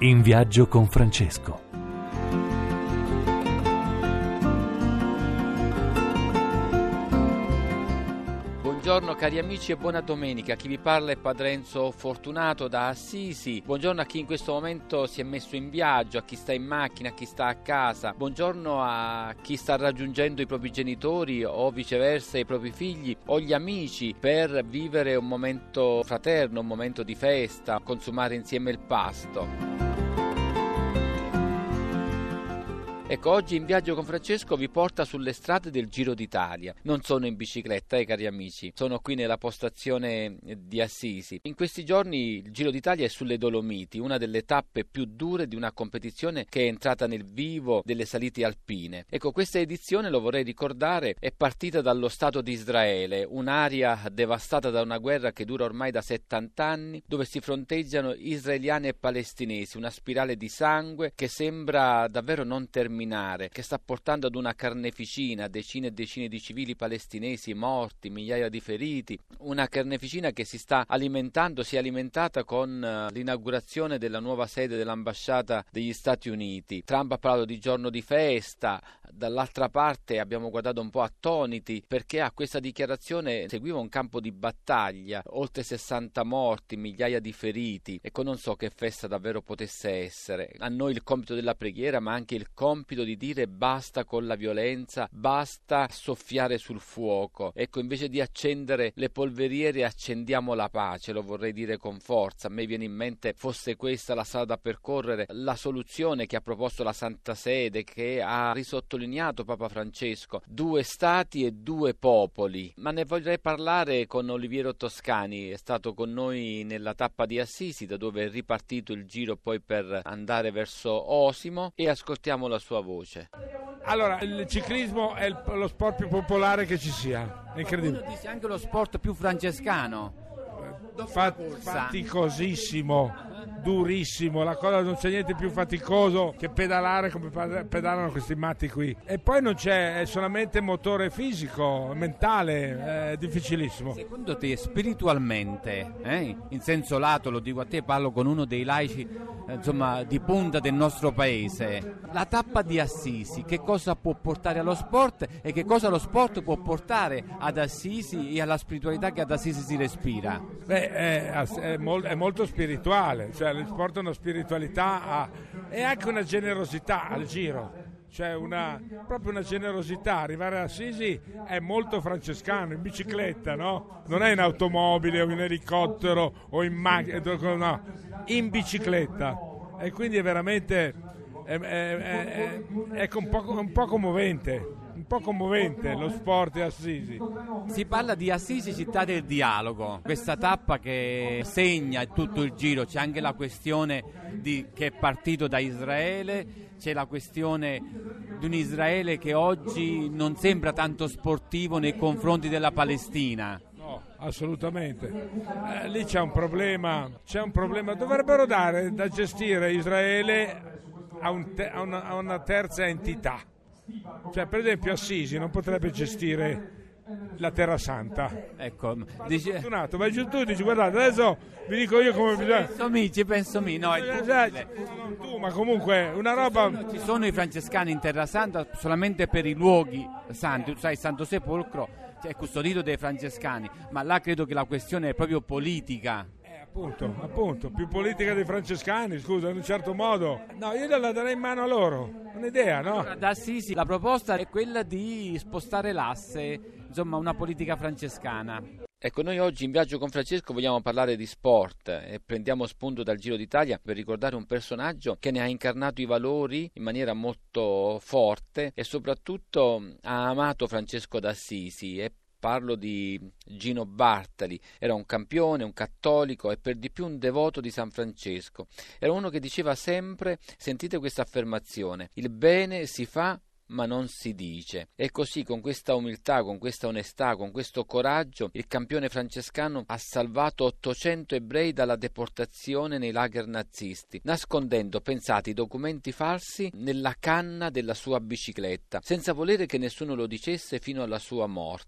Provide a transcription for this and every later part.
In viaggio con Francesco. Buongiorno cari amici e buona domenica. Chi vi parla è Padre Enzo Fortunato da Assisi. Buongiorno a chi in questo momento si è messo in viaggio, a chi sta in macchina, a chi sta a casa. Buongiorno a chi sta raggiungendo i propri genitori o viceversa i propri figli o gli amici per vivere un momento fraterno, un momento di festa, consumare insieme il pasto. Ecco, oggi in viaggio con Francesco vi porta sulle strade del Giro d'Italia. Non sono in bicicletta, cari amici, sono qui nella postazione di Assisi. In questi giorni il Giro d'Italia è sulle Dolomiti, una delle tappe più dure di una competizione che è entrata nel vivo delle salite alpine. Ecco, questa edizione, lo vorrei ricordare, è partita dallo Stato di Israele, un'area devastata da una guerra che dura ormai da 70 anni, dove si fronteggiano israeliani e palestinesi, una spirale di sangue che sembra davvero non terminare, che sta portando ad una carneficina, decine e decine di civili palestinesi morti, migliaia di feriti, una carneficina che si è alimentata con l'inaugurazione della nuova sede dell'ambasciata degli Stati Uniti. Trump ha parlato di giorno di festa, dall'altra parte abbiamo guardato un po' attoniti perché a questa dichiarazione seguiva un campo di battaglia, oltre 60 morti, migliaia di feriti. Ecco, non so che festa davvero potesse essere. A noi il compito della preghiera, ma anche il compito di dire basta con la violenza, basta soffiare sul fuoco. Ecco, invece di accendere le polveriere accendiamo la pace, lo vorrei dire con forza. A me viene in mente, fosse questa la strada da percorrere, la soluzione che ha proposto la Santa Sede, che ha risottolineato Papa Francesco: 2 stati e 2 popoli. Ma ne vorrei parlare con Oliviero Toscani, è stato con noi nella tappa di Assisi, da dove è ripartito il giro poi per andare verso Osimo, e ascoltiamo la sua voce. Allora, il ciclismo è lo sport più popolare che ci sia, è incredibile. Qualcuno dice anche lo sport più francescano. Faticosissimo, durissimo, non c'è niente più faticoso che pedalare come pedalano questi matti qui. E poi non c'è, è solamente motore fisico, mentale, è difficilissimo. Secondo te spiritualmente, in senso lato, lo dico a te, parlo con uno dei laici di punta del nostro paese, la tappa di Assisi che cosa può portare allo sport e che cosa lo sport può portare ad Assisi e alla spiritualità che ad Assisi si respira? È molto spirituale, cioè lo sport è una spiritualità e anche una generosità al giro. C'è proprio una generosità. Arrivare a Assisi è molto francescano, in bicicletta, no? Non è in automobile o in elicottero o in macchina, no, in bicicletta. E quindi è veramente è un po' commovente. Un po' commovente lo sport a Assisi. Si parla di Assisi città del dialogo, questa tappa che segna tutto il giro. C'è anche la questione che è partito da Israele, c'è la questione di un Israele che oggi non sembra tanto sportivo nei confronti della Palestina. No, assolutamente. Lì c'è un problema. Dovrebbero dare da gestire Israele a una terza entità. Cioè, per esempio, Assisi non potrebbe gestire la Terra Santa. Ecco, Fortunato, vai giù tu e dici: guardate, adesso vi dico io come bisogna. Penso mi, no, Non tu, ma comunque una roba. Ci sono i francescani in Terra Santa solamente per i luoghi santi, tu sai, il Santo Sepolcro è custodito dai francescani, ma là credo che la questione è proprio politica. Appunto, più politica dei francescani, scusa, in un certo modo. No, io la darei in mano a loro, un'idea, no? Allora, da Assisi la proposta è quella di spostare l'asse, una politica francescana. Ecco, noi oggi in viaggio con Francesco vogliamo parlare di sport e prendiamo spunto dal Giro d'Italia per ricordare un personaggio che ne ha incarnato i valori in maniera molto forte e soprattutto ha amato Francesco d'Assisi. E parlo di Gino Bartali. Era un campione, un cattolico e per di più un devoto di San Francesco. Era uno che diceva sempre, sentite questa affermazione: il bene si fa ma non si dice. E così, con questa umiltà, con questa onestà, con questo coraggio, il campione francescano ha salvato 800 ebrei dalla deportazione nei lager nazisti, nascondendo, pensate, i documenti falsi nella canna della sua bicicletta, senza volere che nessuno lo dicesse fino alla sua morte.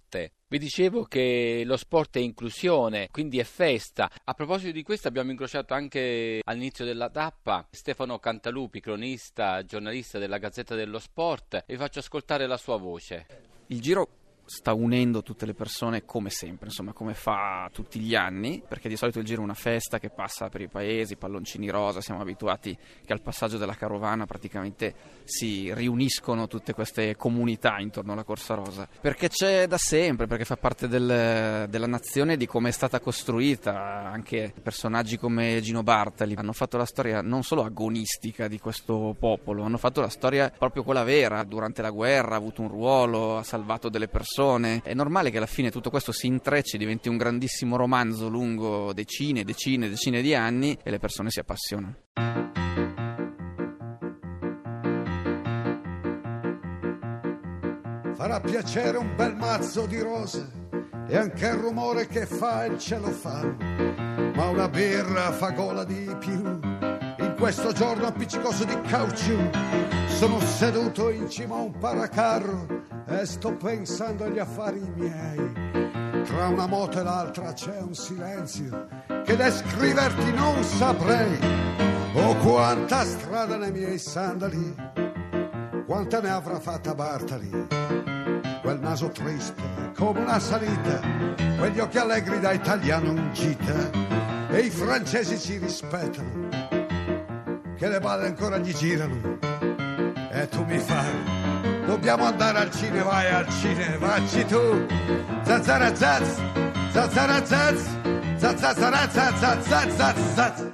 Vi dicevo che lo sport è inclusione, quindi è festa. A proposito di questo abbiamo incrociato anche all'inizio della tappa Stefano Cantalupi, cronista, giornalista della Gazzetta dello Sport, e vi faccio ascoltare la sua voce. Il Giro sta unendo tutte le persone come sempre, insomma, come fa tutti gli anni, perché di solito il Giro è una festa che passa per i paesi, palloncini rosa, siamo abituati che al passaggio della carovana praticamente si riuniscono tutte queste comunità intorno alla Corsa Rosa, perché c'è da sempre, perché fa parte della nazione, di come è stata costruita. Anche personaggi come Gino Bartali hanno fatto la storia non solo agonistica di questo popolo, hanno fatto la storia proprio quella vera. Durante la guerra ha avuto un ruolo, ha salvato delle persone. È normale che alla fine tutto questo si intrecci, diventi un grandissimo romanzo lungo decine di anni e le persone si appassionano. Farà piacere un bel mazzo di rose e anche il rumore che fa il celofano, ma una birra fa gola di più. In questo giorno appiccicoso di caucciù sono seduto in cima a un paracarro e sto pensando agli affari miei. Tra una moto e l'altra c'è un silenzio che descriverti non saprei. Oh, quanta strada nei miei sandali, quanta ne avrà fatta Bartali. Quel naso triste come una salita, quegli occhi allegri da italiano in gita, e i francesi ci rispettano, che le balle ancora gli girano. E tu mi fai, dobbiamo andare al cinema, vai al cinema, vacci tu. Zazzarazaz, zazzarazaz, zazzarazaz.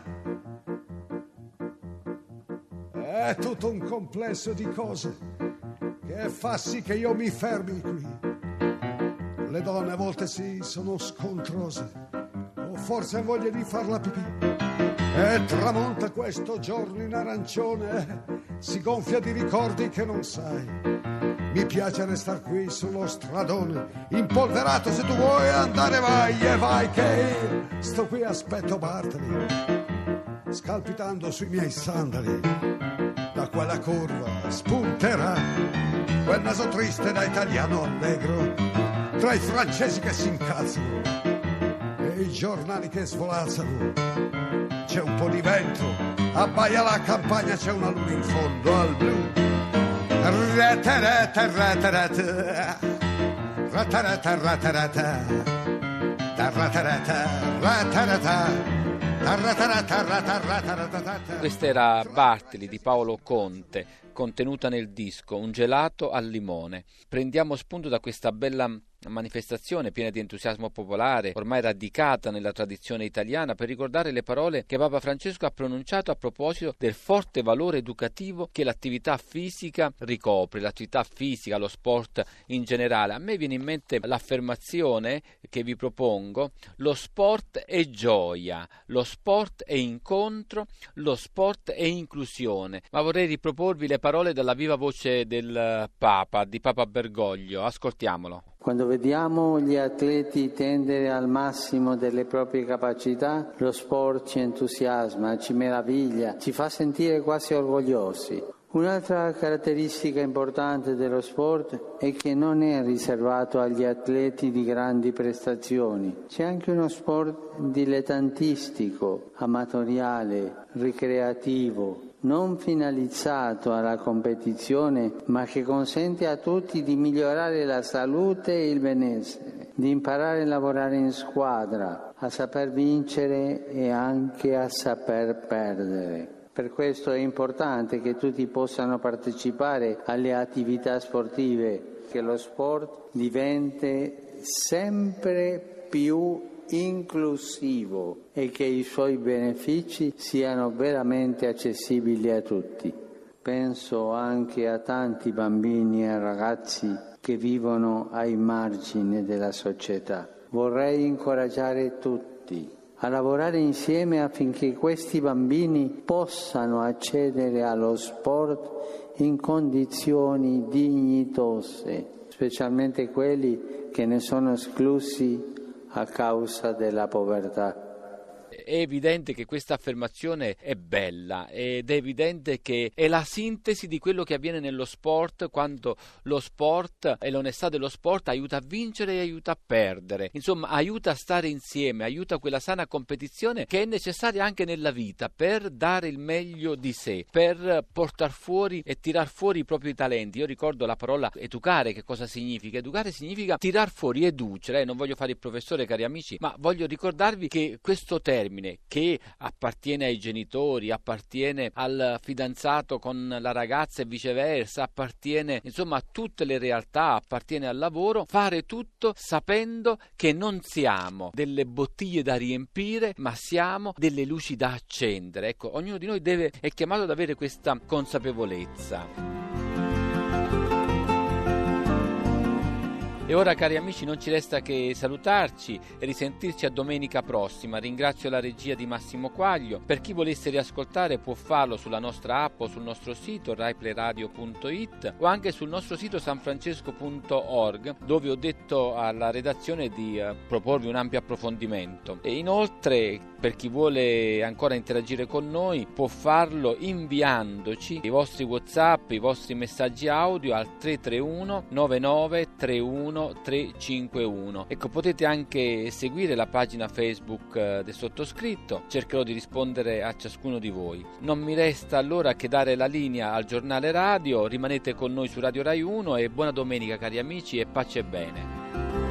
È tutto un complesso di cose che fa sì che io mi fermi qui. Le donne a volte sì sono scontrose, o forse hanno voglia di farla pipì. E tramonta questo giorno in arancione, si gonfia di ricordi che non sai. Mi piace restar qui sullo stradone, impolverato. Se tu vuoi andare vai, e vai che io sto qui, aspetto Bartali, scalpitando sui miei sandali. Da quella curva spunterà quel naso triste da italiano allegro, tra i francesi che si incazzano e i giornali che svolazzano. C'è un po' di vento, abbaia la campagna, c'è una luna in fondo al blu. Ratarata, ratarata, ratarata, ratarata, ratarata, ratarata. Questa era Bartali di Paolo Conte, contenuta nel disco Un gelato al limone. Prendiamo spunto da questa bella manifestazione piena di entusiasmo popolare, ormai radicata nella tradizione italiana, per ricordare le parole che Papa Francesco ha pronunciato a proposito del forte valore educativo che l'attività fisica ricopre, l'attività fisica, lo sport in generale. A me viene in mente l'affermazione che vi propongo: lo sport è gioia, lo sport è incontro, lo sport è inclusione. Ma vorrei riproporvi le parole dalla viva voce del Papa, di Papa Bergoglio. Ascoltiamolo. Quando vediamo gli atleti tendere al massimo delle proprie capacità, lo sport ci entusiasma, ci meraviglia, ci fa sentire quasi orgogliosi. Un'altra caratteristica importante dello sport è che non è riservato agli atleti di grandi prestazioni. C'è anche uno sport dilettantistico, amatoriale, ricreativo, non finalizzato alla competizione, ma che consente a tutti di migliorare la salute e il benessere, di imparare a lavorare in squadra, a saper vincere e anche a saper perdere. Per questo è importante che tutti possano partecipare alle attività sportive, che lo sport diventi sempre più inclusivo e che i suoi benefici siano veramente accessibili a tutti. Penso anche a tanti bambini e ragazzi che vivono ai margini della società. Vorrei incoraggiare tutti a lavorare insieme affinché questi bambini possano accedere allo sport in condizioni dignitose, specialmente quelli che ne sono esclusi a causa della povertà. È evidente che questa affermazione è bella ed è evidente che è la sintesi di quello che avviene nello sport, quando lo sport e l'onestà dello sport aiuta a vincere e aiuta a perdere, insomma aiuta a stare insieme, aiuta quella sana competizione che è necessaria anche nella vita per dare il meglio di sé, per portare fuori e tirar fuori i propri talenti. Io ricordo la parola educare. Che cosa significa? Educare significa tirar fuori, educere. Non voglio fare il professore, cari amici, ma voglio ricordarvi che questo termine, che appartiene ai genitori, appartiene al fidanzato con la ragazza e viceversa, appartiene insomma a tutte le realtà, appartiene al lavoro, fare tutto sapendo che non siamo delle bottiglie da riempire, ma siamo delle luci da accendere. Ecco, ognuno di noi è chiamato ad avere questa consapevolezza. E ora, cari amici, non ci resta che salutarci e risentirci a domenica prossima. Ringrazio la regia di Massimo Quaglio. Per chi volesse riascoltare può farlo sulla nostra app o sul nostro sito raiplayradio.it o anche sul nostro sito sanfrancesco.org, dove ho detto alla redazione di proporvi un ampio approfondimento. E inoltre, per chi vuole ancora interagire con noi, può farlo inviandoci i vostri WhatsApp, i vostri messaggi audio al 331 9931 351. Ecco, potete anche seguire la pagina Facebook del sottoscritto. Cercherò di rispondere a ciascuno di voi. Non mi resta allora che dare la linea al giornale radio. Rimanete con noi su Radio Rai 1 e buona domenica, cari amici, e pace e bene.